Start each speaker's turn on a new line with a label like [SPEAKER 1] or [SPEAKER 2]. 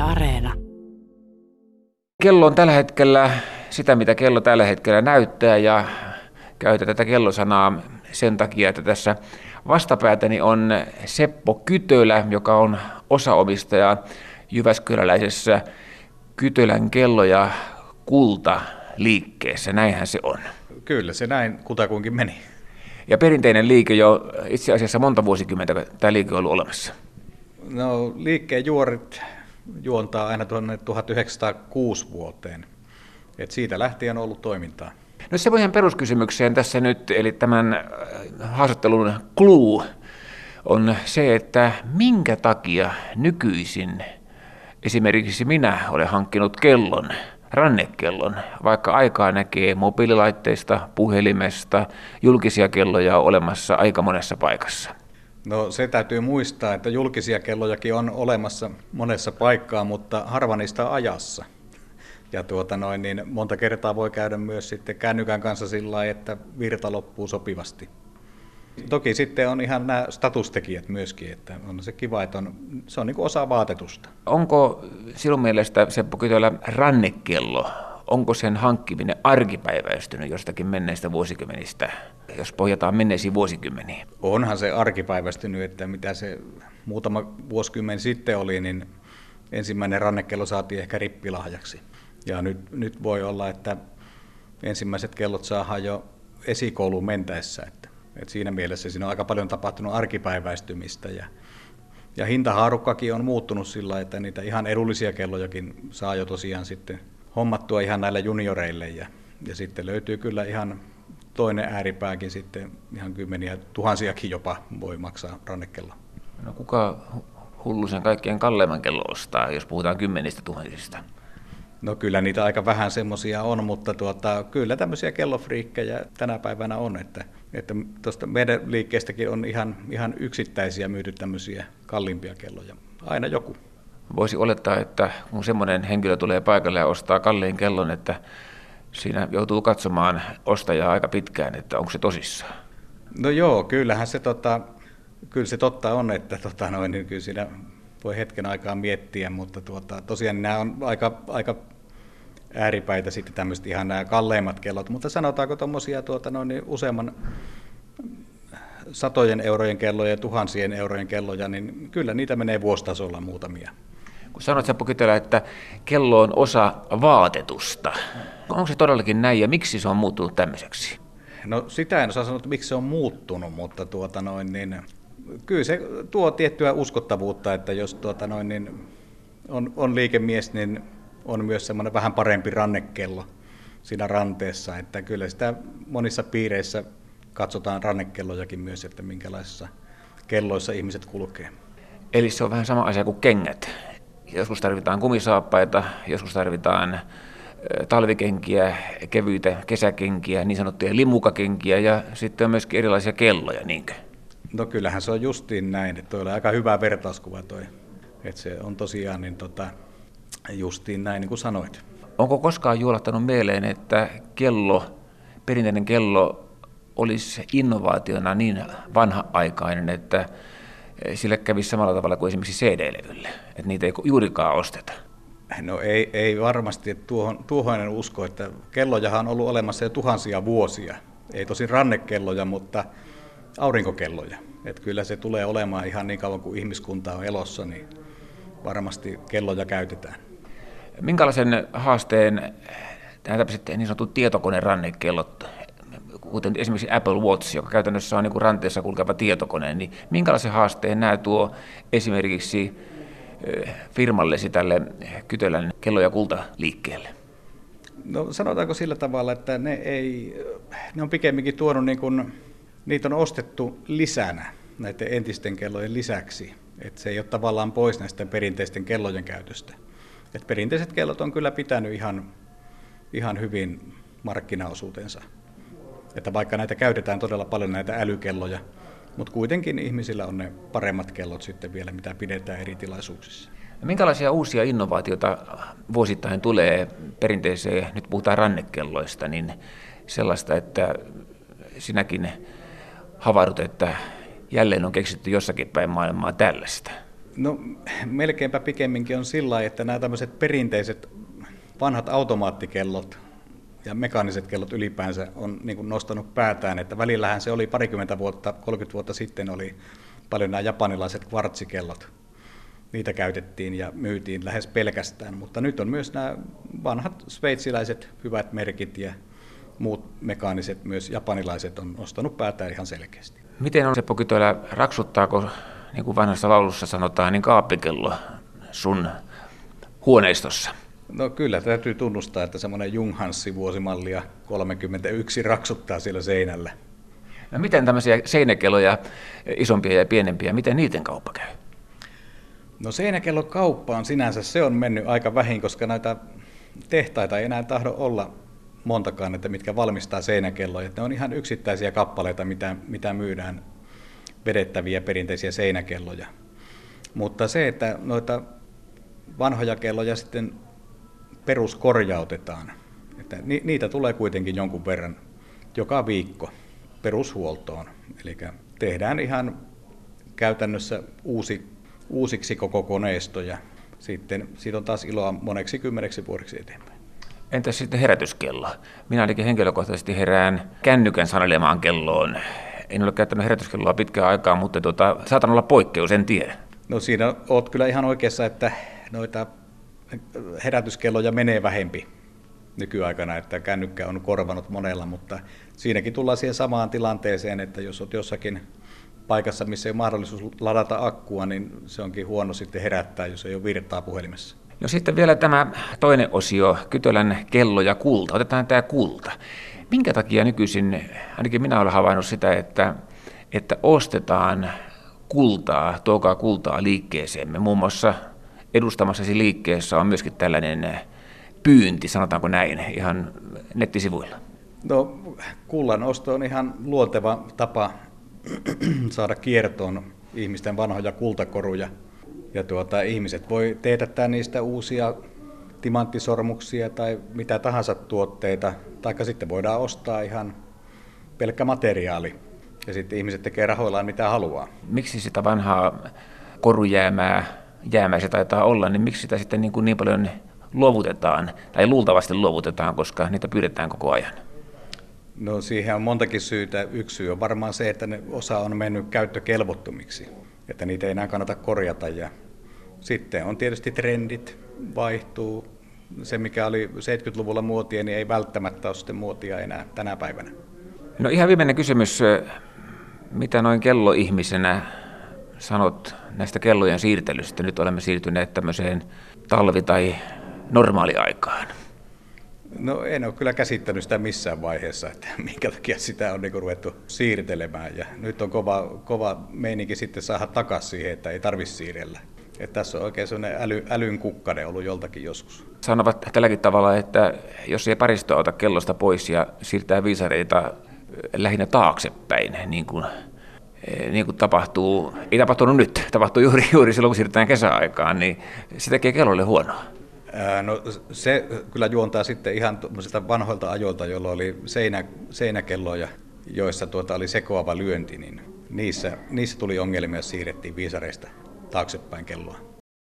[SPEAKER 1] Areena.
[SPEAKER 2] Kello on tällä hetkellä sitä, mitä kello tällä hetkellä näyttää, ja käytän tätä kellosanaa sen takia, että tässä vastapäätäni on Seppo Kytölä, joka on osaomistaja jyväskyläläisessä Kytölän kello- ja kultaliikkeessä. Näinhän se on.
[SPEAKER 3] Kyllä, se näin kutakuinkin meni.
[SPEAKER 2] Ja perinteinen liike jo itse asiassa monta vuosikymmentä tämä liike on ollut olemassa.
[SPEAKER 3] No, liikkeen juoret juontaa aina tuonne 1906 vuoteen. Et siitä lähtien on ollut toimintaa.
[SPEAKER 2] No semmoisen peruskysymykseen tässä nyt, eli tämän haastattelun clue on se, että minkä takia nykyisin esimerkiksi minä olen hankkinut kellon, rannekellon, vaikka aikaa näkee mobiililaitteista, puhelimesta, julkisia kelloja on olemassa aika monessa paikassa.
[SPEAKER 3] No, se täytyy muistaa, että julkisia kellojakin on olemassa monessa paikkaa, mutta harva niistä on ajassa. Ja niin monta kertaa voi käydä myös sitten kännykän kanssa sillä lailla, että virta loppuu sopivasti. Toki sitten on ihan nämä statustekijät myöskin, että on se kiva, että se on niin kuin osa vaatetusta.
[SPEAKER 2] Onko sinun mielestä, Seppo Kytölä, rannekello, onko sen hankkiminen arkipäiväistynyt jostakin menneistä vuosikymmenistä, jos pohjataan menneisiin vuosikymmeniin?
[SPEAKER 3] Onhan se arkipäiväistynyt, että mitä se muutama vuosikymmen sitten oli, niin ensimmäinen rannekello saatiin ehkä rippilahjaksi. Ja nyt voi olla, että ensimmäiset kellot saadaan jo esikouluun mentäessä. Että siinä mielessä siinä on aika paljon tapahtunut arkipäiväistymistä. Ja hintahaarukkakin on muuttunut sillä, että niitä ihan edullisia kellojakin saa jo tosiaan sitten hommattua ihan näille junioreille. Ja sitten löytyy kyllä ihan toinen ääripääkin sitten, ihan kymmeniä tuhansiakin jopa voi maksaa rannekello.
[SPEAKER 2] No kuka hullu sen kaikkein kalleimman kello ostaa, jos puhutaan kymmenistä tuhansista?
[SPEAKER 3] No kyllä niitä aika vähän semmoisia on, mutta kyllä tämmöisiä kellofriikkejä tänä päivänä on, että tuosta meidän liikkeestäkin on ihan yksittäisiä myyty tämmöisiä kalliimpia kelloja, aina joku.
[SPEAKER 2] Voisi olettaa, että kun semmoinen henkilö tulee paikalle ja ostaa kalliin kellon, että siinä joutuu katsomaan ostajaa aika pitkään, että onko se tosissaan.
[SPEAKER 3] No joo, kyllähän se, kyllä se totta on, että niin kyllä siinä voi hetken aikaa miettiä, mutta tosiaan nämä on aika ääripäitä sitten tämmöiset ihan nämä kalleimmat kellot, mutta sanotaanko tuommoisia useamman satojen eurojen kelloja ja tuhansien eurojen kelloja, niin kyllä niitä menee vuositasolla muutamia.
[SPEAKER 2] Kun sanoit, Seppo Kytölä, että kello on osa vaatetusta, onko se todellakin näin ja miksi se on muuttunut tämmöiseksi?
[SPEAKER 3] No sitä en osaa sanoa, että miksi se on muuttunut, mutta kyllä se tuo tiettyä uskottavuutta, että jos on liikemies, niin on myös semmoinen vähän parempi rannekello siinä ranteessa, että kyllä sitä monissa piireissä katsotaan rannekellojakin myös, että minkälaisissa kelloissa ihmiset kulkee.
[SPEAKER 2] Eli se on vähän sama asia kuin kengät. Joskus tarvitaan kumisaappaita, joskus tarvitaan talvikenkiä, kevyitä kesäkenkiä, niin sanottuja limukakenkiä ja sitten on myöskin erilaisia kelloja, niinkö?
[SPEAKER 3] No kyllähän se on justiin näin, että toi oli aika hyvä vertauskuva toi, että se on tosiaan justiin näin niin kuin sanoit.
[SPEAKER 2] Onko koskaan juolahtanut mieleen, että perinteinen kello olisi innovaationa niin vanha-aikainen, että sille kävisi samalla tavalla kuin esimerkiksi CD-levylle, että niitä ei juurikaan osteta?
[SPEAKER 3] No ei varmasti, että tuohon en usko, että kellojahan on ollut olemassa jo tuhansia vuosia. Ei tosin rannekelloja, mutta aurinkokelloja. Että kyllä se tulee olemaan ihan niin kauan kuin ihmiskunta on elossa, niin varmasti kelloja käytetään.
[SPEAKER 2] Minkälaisen haasteen nämä tämmöiset niin sanotut tietokonerannekellot, kuten esimerkiksi Apple Watch, joka käytännössä on niin kuin ranteessa kulkeva tietokone, niin minkälaisen haasteen nämä tuo esimerkiksi firmallesi tälle Kytölän kello- ja kultaliikkeelle?
[SPEAKER 3] No sanotaanko sillä tavalla, että ne on pikemminkin tuonut, niitä on ostettu lisänä näiden entisten kellojen lisäksi. Että se ei ole tavallaan pois näistä perinteisten kellojen käytöstä. Et perinteiset kellot on kyllä pitänyt ihan hyvin markkinaosuutensa. Että vaikka näitä käytetään todella paljon näitä älykelloja, mutta kuitenkin ihmisillä on ne paremmat kellot sitten vielä, mitä pidetään eri tilaisuuksissa.
[SPEAKER 2] Minkälaisia uusia innovaatioita vuosittain tulee perinteiseen, nyt puhutaan rannekelloista, niin sellaista, että sinäkin havahdut, että jälleen on keksitty jossakin päin maailmaa tällaista?
[SPEAKER 3] No melkeinpä pikemminkin on sillä lailla, että nämä tämmöiset perinteiset vanhat automaattikellot ja mekaaniset kellot ylipäänsä on niin kuin nostanut päätään, että välillähän se oli 30 vuotta sitten oli paljon nämä japanilaiset kvartsikellot. Niitä käytettiin ja myytiin lähes pelkästään, mutta nyt on myös nämä vanhat sveitsiläiset hyvät merkit ja muut mekaaniset, myös japanilaiset on nostanut päätään ihan selkeästi.
[SPEAKER 2] Miten on Seppo Kytölä, raksuttaako, niin kuin vanhassa laulussa sanotaan, niin kaappikello sun huoneistossa?
[SPEAKER 3] No kyllä, täytyy tunnustaa, että semmoinen Junghanssi vuosimallia 31 raksuttaa siellä seinällä.
[SPEAKER 2] No miten tämmöisiä seinäkelloja, isompia ja pienempiä, miten niiden kauppa käy?
[SPEAKER 3] No seinäkellokauppa on sinänsä, se on mennyt aika vähin, koska näitä tehtaita ei enää tahdo olla montakaan, että mitkä valmistaa seinäkelloja. Ne on ihan yksittäisiä kappaleita, mitä myydään, vedettäviä perinteisiä seinäkelloja. Mutta se, että noita vanhoja kelloja sitten peruskorjautetaan, että niitä tulee kuitenkin jonkun verran joka viikko perushuoltoon. Eli tehdään ihan käytännössä uusiksi koko koneisto ja sitten siitä on taas iloa moneksi 10 vuodeksi eteenpäin.
[SPEAKER 2] Entäs sitten herätyskello? Minä ainakin henkilökohtaisesti herään kännykän sanelemaan kelloon. En ole käyttänyt herätyskelloa pitkään aikaa, mutta saatan olla poikkeus, en tiedä.
[SPEAKER 3] No siinä olet kyllä ihan oikeassa, että noita herätyskelloja menee vähempi nykyaikana, että kännykkä on korvanut monella, mutta siinäkin tullaan siihen samaan tilanteeseen, että jos olet jossakin paikassa, missä ei ole mahdollisuus ladata akkua, niin se onkin huono sitten herättää, jos ei ole virtaa puhelimessa.
[SPEAKER 2] No sitten vielä tämä toinen osio, Kytölän kello ja kulta. Otetaan tämä kulta. Minkä takia nykyisin, ainakin minä olen havainnut sitä, että ostetaan kultaa, tuokaa kultaa liikkeeseemme. Muun muassa edustamassasi liikkeessä on myöskin tällainen pyynti, sanotaanko näin, ihan nettisivuilla.
[SPEAKER 3] No kullan osto on ihan luonteva tapa saada kiertoon ihmisten vanhoja kultakoruja. Ja ihmiset voi teetättää niistä uusia timanttisormuksia tai mitä tahansa tuotteita, taikka sitten voidaan ostaa ihan pelkkä materiaali. Ja sitten ihmiset tekee rahoillaan mitä haluaa.
[SPEAKER 2] Miksi sitä vanhaa korujäämää se taitaa olla, niin miksi sitä sitten niin paljon luovutetaan, tai luultavasti luovutetaan, koska niitä pyydetään koko ajan?
[SPEAKER 3] No siihen on montakin syytä. Yksi syy on varmaan se, että ne osa on mennyt käyttökelvottomiksi, että niitä ei enää kannata korjata. Ja sitten on tietysti trendit, vaihtuu. Se, mikä oli 70-luvulla muotia, niin ei välttämättä ole sitten muotia enää tänä päivänä.
[SPEAKER 2] No ihan viimeinen kysymys. Mitä noin kelloihmisenä sanot näistä kellojen siirtelystä? Nyt olemme siirtyneet tämmöiseen talvi- tai normaaliaikaan.
[SPEAKER 3] No en ole kyllä käsittänyt sitä missään vaiheessa, että minkä takia sitä on ruvettu siirtelemään. Ja nyt on kova meininki sitten saada takaisin siihen, että ei tarvitse siirrellä. Että tässä on oikein sellainen älyn kukkane ollut joltakin joskus. Sanovat
[SPEAKER 2] tälläkin tavalla, että jos ei paristoa ota kellosta pois ja siirtää viisareita lähinnä taaksepäin, niin kuin tapahtuu, ei tapahtunut nyt, tapahtuu juuri silloin, kun siirrytään kesäaikaan, niin se tekee kellolle huonoa.
[SPEAKER 3] No se kyllä juontaa sitten ihan vanhoilta ajoilta, jolloin oli seinäkelloja, joissa oli sekoava lyönti, niin niissä tuli ongelmia, jos siirrettiin viisareista taaksepäin kelloa.